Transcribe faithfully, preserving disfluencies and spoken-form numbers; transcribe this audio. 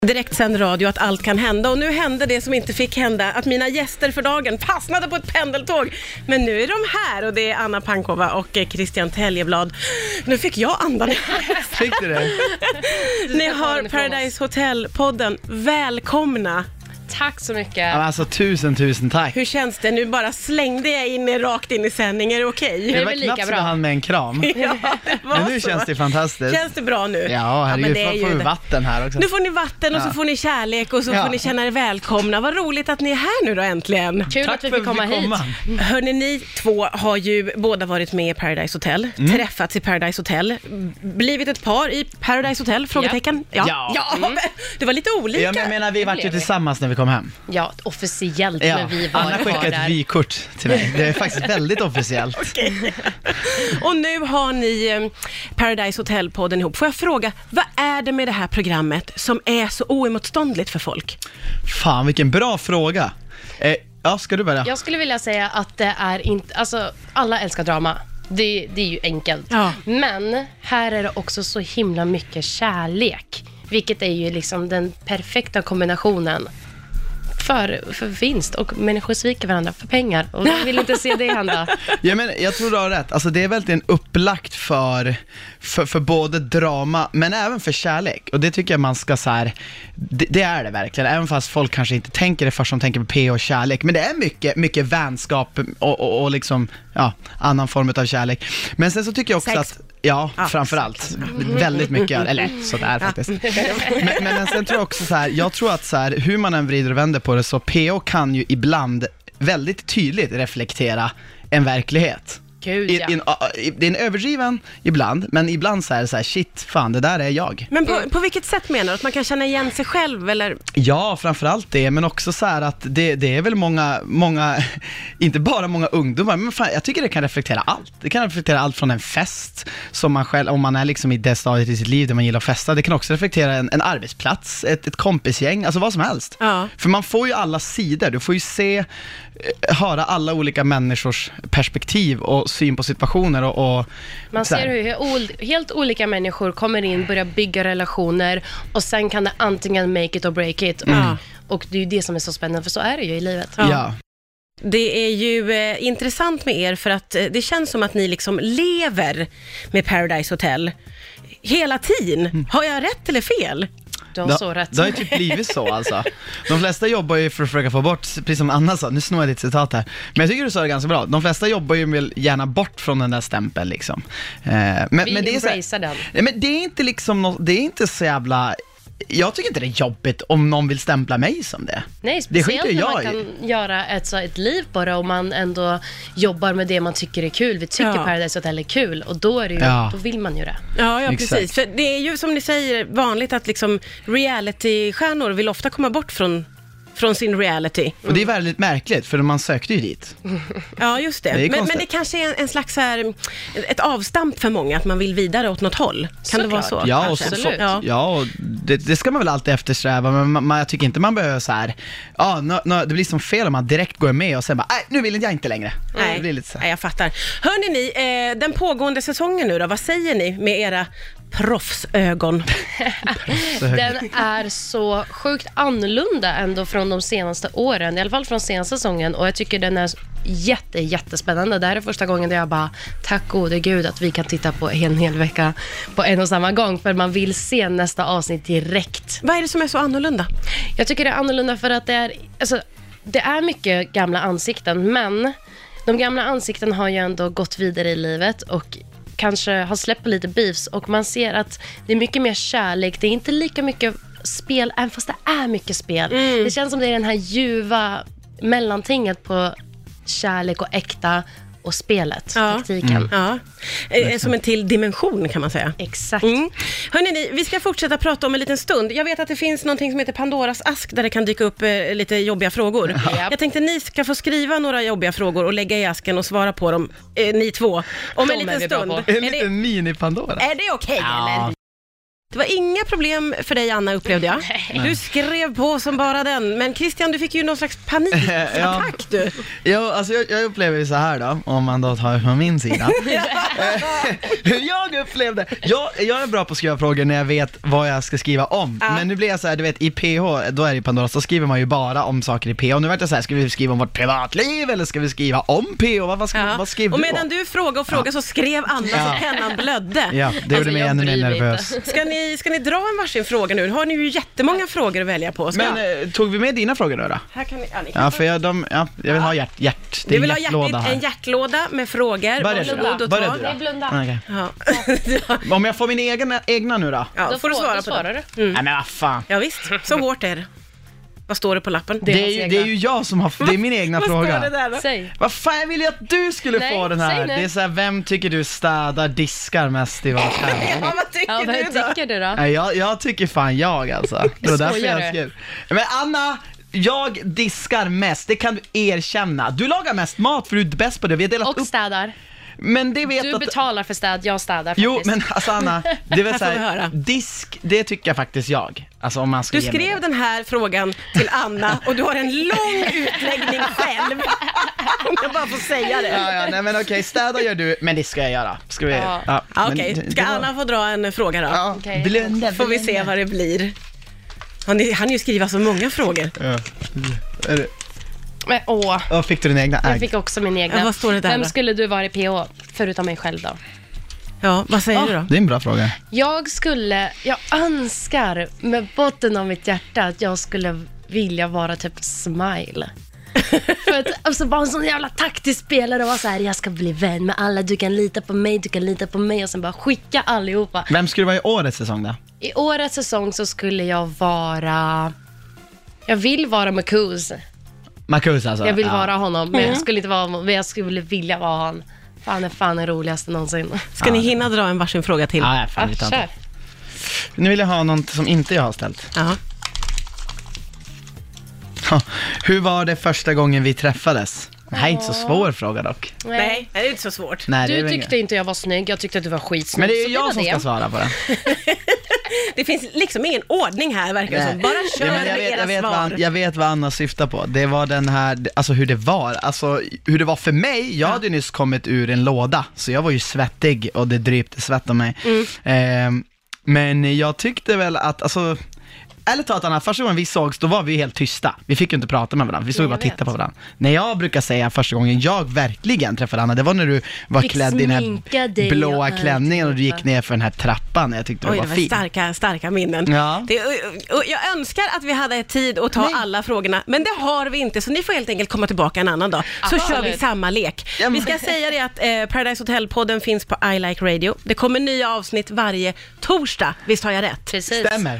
Direktsänd radio att allt kan hända, och nu hände det som inte fick hända, att mina gäster för dagen fastnade på ett pendeltåg. Men nu är de här, och det är Anna Pankova och Christian Täljeblad. Nu fick jag andan. Fick du det? Ni har Paradise Hotel-podden. Välkomna. Tack så mycket. Ja, alltså tusen, tusen tack. Hur känns det? Nu bara slängde jag in er rakt in i sändning. Är det okej? Det, det var är knappt lika som bra. han med en kram. Ja, det var Men nu så. känns det fantastiskt. Känns det bra nu? Ja, herregud, men det är får, ju får vi det. vatten här också. Nu får ni vatten och Ja. så får ni kärlek och så Ja. får ni känna er välkomna. Vad roligt att ni är här nu då äntligen. Kul Tack att vi för fick komma hit. Hörrni, ni två har ju båda varit med i Paradise Hotel, Mm. träffats i Paradise Hotel, blivit ett par i Paradise Hotel, frågetecken? Ja. Ja. ja. Mm. Det var lite olika. Ja, men jag menar, vi var ju blev vi. tillsammans när vi kom hem. Ja, officiellt, Ja. men vi var Anna skickade kvar ett där. vykort till mig. Det är faktiskt väldigt officiellt. Och nu har ni eh, Paradise Hotel-podden ihop. Får jag fråga, vad är det med det här programmet som är så oemotståndligt för folk? Fan, vilken bra fråga. Eh, ja, ska du börja? Jag skulle vilja säga att det är inte, alltså alla älskar drama. Det, det är ju enkelt. Ja. Men här är det också så himla mycket kärlek. Vilket är ju liksom den perfekta kombinationen. För, för vinst, och människor sviker varandra för pengar, och jag vill inte se det hända. Ja, men jag tror du har rätt. Alltså, det är väldigt upplagt för, för, för både drama men även för kärlek. Och det tycker jag man ska så här, det, det är det verkligen. Även fast folk kanske inte tänker det först, som tänker på P och kärlek. Men det är mycket, mycket vänskap och, och, och liksom, ja, annan form av kärlek. Men sen så tycker jag också Sex. att, ja, Ja, framförallt väldigt mycket, eller sådär faktiskt. Men, men sen tror jag också så här, jag tror att så här, hur man än vrider och vänder på det, så P O kan ju ibland väldigt tydligt reflektera en verklighet. Gud, I, ja. i, en- i, det är en överdriven ibland, men ibland så är det så här, shit, fan, det där är jag. Men på, på vilket sätt menar du? Att man kan känna igen sig själv, eller? Ja, framförallt det, men också så här att det, det är väl många, många, inte bara många ungdomar, men fan, jag tycker det kan reflektera allt. Det kan reflektera allt från en fest, som man själv, om man är liksom i det stadiet i sitt liv där man gillar att festa. Det kan också reflektera en, en arbetsplats, ett, ett kompisgäng, alltså vad som helst. Ja. För man får ju alla sidor, du får ju se, eh, höra alla olika människors perspektiv och syn på situationer och, och Man så här. ser hur ol- helt olika människor kommer in, börjar bygga relationer, och sen kan det antingen make it or break it. Mm. Och, och det är ju det som är så spännande, för så är det ju i livet. Ja. Det är ju eh, intressant med er, för att eh, det känns som att ni liksom lever med Paradise Hotel hela tiden. Har jag rätt eller fel? Du har Det, så rätt. det har ju typ blivit så alltså. De flesta jobbar ju för att försöka få bort, precis som Anna sa, nu snor jag ditt citat här, men jag tycker du sa det ganska bra. De flesta jobbar ju väl gärna bort från den där stämpeln liksom. Eh, men, Vi men det är så här, embracear den. nej, men det är inte liksom nå- det är inte så jävla, jag tycker inte det är jobbigt om någon vill stämpla mig som det. Nej, Det speciellt skiter när jag man i. kan göra ett, så, ett liv bara, och man ändå jobbar med det man tycker är kul. Vi tycker Ja. Paradise Hotel är kul, och då, är det ju, Ja. då vill man ju det. Ja, ja, Exakt. precis. För det är ju, som ni säger, vanligt att liksom reality-stjärnor vill ofta komma bort från, från sin reality. Och det är väldigt märkligt, för man sökte ju dit. Ja, just det. Det är men, men konstigt. det kanske är en, en slags så här, ett avstamp för många, att man vill vidare åt något håll. Kan det vara så? Såklart. Ja, och kanske? så, så, Absolut. ja. Ja. och det, det ska man väl alltid eftersträva, men man, man, jag tycker inte man behöver så här, ja, nå, nå, det blir som fel om man direkt går med och sen bara, nej, nu vill jag inte längre. Nej, Det blir lite så här. nej, jag fattar. Hörrni ni, eh, den pågående säsongen nu då, vad säger ni med era proffsögon? Den är så sjukt annorlunda ändå från de senaste åren, i alla fall från senaste säsongen, och jag tycker den är jätte, jättespännande. Det här är första gången där jag bara, tack gode gud att vi kan titta på en hel vecka på en och samma gång, för man vill se nästa avsnitt direkt. Vad är det som är så annorlunda? Jag tycker det är annorlunda för att det är, alltså, det är mycket gamla ansikten, men de gamla ansikten har ju ändå gått vidare i livet och kanske har släppt på lite beefs, och man ser att det är mycket mer kärlek. Det är inte lika mycket spel, även fast det är mycket spel. Mm. Det känns som det är den här ljuva mellantinget på kärlek och äkta och spelet, Ja. taktiken. Ja, eh, som en till dimension kan man säga. Exakt. Mm. Hörrni, ni, vi ska fortsätta prata om en liten stund. Jag vet att det finns någonting som heter Pandoras ask, där det kan dyka upp eh, lite jobbiga frågor. Ja. Jag tänkte ni ska få skriva några jobbiga frågor och lägga i asken och svara på dem, eh, ni två, om De en är liten vi bra stund. på. En Är det, liten mini-Pandora. är det okej Ja. eller? Det var inga problem för dig, Anna, upplevde jag. Du skrev på som bara den. Men Christian, du fick ju någon slags panikattack Ja. du. Ja, alltså jag, jag upplever ju så här då, om man då tar från min sida. Hur jag upplevde, jag, jag är bra på att skriva frågor när jag vet vad jag ska skriva om. Ja. Men nu blir jag så här, du vet, i P H, då är det i Pandora, så skriver man ju bara om saker i P H. Nu vet jag så här, ska vi skriva om vårt privatliv eller ska vi skriva om P H? Vad, vad, ska, Ja. vad skriver Och du medan om? du frågade och frågade så skrev Anna Ja. så pennan blödde. Ja, det gjorde Alltså, mig jag ännu mer bryr mig nervös. inte. Ska ni, ska ni dra en varsin fråga nu? Har ni ju jättemånga frågor att välja på. Ska Men eh, tog vi med dina frågor då? då? här kan ni, ja, ni kan Ja, få- för jag, de, ja, jag vill ha hjärt, hjärt. Det Du är vill en ha hjärtlåda hjärtlåda här. en hjärtlåda med frågor. Börja du. Varsågod och Börja ta. du då. Nej, blunda. Okej. Ja. Om jag får min egen, egna nu då? Ja, Då får du får- svara då på svarar det. du. Mm. Nej men vad fan. Ja visst, så hårt är det. Vad står det på lappen? Det är, hans ju, egna. det är ju jag som har, det är min egna Vad står fråga. det där då? Säg. Vad fan, jag ville ju att du skulle Nej, få den säg här. nu. Det är så här, vem tycker du städar, diskar mest i vårt hem? Ja, vad tycker Ja, du vad då? tycker du då? Nej, jag, jag tycker fan jag alltså. Det var därför Skojar jag du? skrev. Men Anna, jag diskar mest, det kan du erkänna. Du lagar mest mat för du är bäst på det. Vi har delat Och upp. städar. Men det vet Du att... betalar för städ, jag städar faktiskt. Jo, men alltså Anna, det är väl så Här får vi här, höra. disk, det tycker jag faktiskt jag. Alltså om man ska Du ge mig skrev det. den här frågan till Anna och du har en lång utläggning själv. Om jag bara får säga det. Ja, ja, nej men okej, städa gör du, men det ska jag göra. Ska vi... Ja. Ja, men Okej, det- ska det var- Anna få dra en fråga då? Ja, Okej. blunda, Får vi se blunda. vad det blir. Han, är, han ju skriva så många frågor. Ja. Är det... Men åh, Ja, fick du din egna jag ägg? fick också min egna. Ja, vad står det där Vem då? skulle du vara i P H, förutom mig själv då? Ja, vad säger du då? Det är en bra fråga. Jag skulle, jag önskar med botten av mitt hjärta att jag skulle vilja vara typ Smile. För att alltså, bara en sån jävla taktisk spelare och vara så här, jag ska bli vän med alla, du kan lita på mig, du kan lita på mig och sen bara skicka allihopa. Vem skulle vara i årets säsong då? I årets säsong så skulle jag vara, jag vill vara Marcus. Marcus alltså? Jag vill ja. vara honom, men jag skulle inte vara, men jag skulle vilja vara han. Fan är fan den roligaste någonsin. Ska ni hinna dra en varsin fråga till? Ja, ja, fan, Ja, vi tar kör. inte. Nu vill jag ha något som inte jag har ställt. Ja. Ha, hur var det första gången vi träffades? Det här är inte så svår fråga dock. Nej, det är inte så svårt. Nej, det är Du väl tyckte inget. inte jag var snygg, jag tyckte att du var skitsnygg. Men det är så ju jag var som det. ska svara på det. Det finns liksom ingen ordning här verkar det Nej. som. Bara kör Ja, men jag, med vet, era jag, vet vad, svar. An- jag vet vad Anna syftar på. Det var den här, alltså hur det var. Alltså hur det var för mig. Jag hade ju nyss kommit ur en låda, så jag var ju svettig och det drypte svett om mig. Mm. Ehm, men jag tyckte väl att, alltså, ärligt talat Anna, första gången vi sågs, då var vi helt tysta. Vi fick ju inte prata med varandra, vi stod Nej, bara och jag tittade vet. på varandra. När jag brukar säga första gången jag verkligen träffade Anna, det var när du var Fick klädd i den sminka här dig blåa och allt. klänningen och du gick ner för den här trappan. Jag tyckte Oj, det det var var fint. starka, starka minnen. Ja. Det, och, och jag önskar att vi hade tid att ta Nej. alla frågorna, men det har vi inte, så ni får helt enkelt komma tillbaka en annan dag. Så Absolut. kör vi samma lek. Ja, men- Vi ska säga det att eh, Paradise Hotel-podden finns på I Like Radio. Det kommer nya avsnitt varje torsdag, visst har jag rätt? Precis. Stämmer.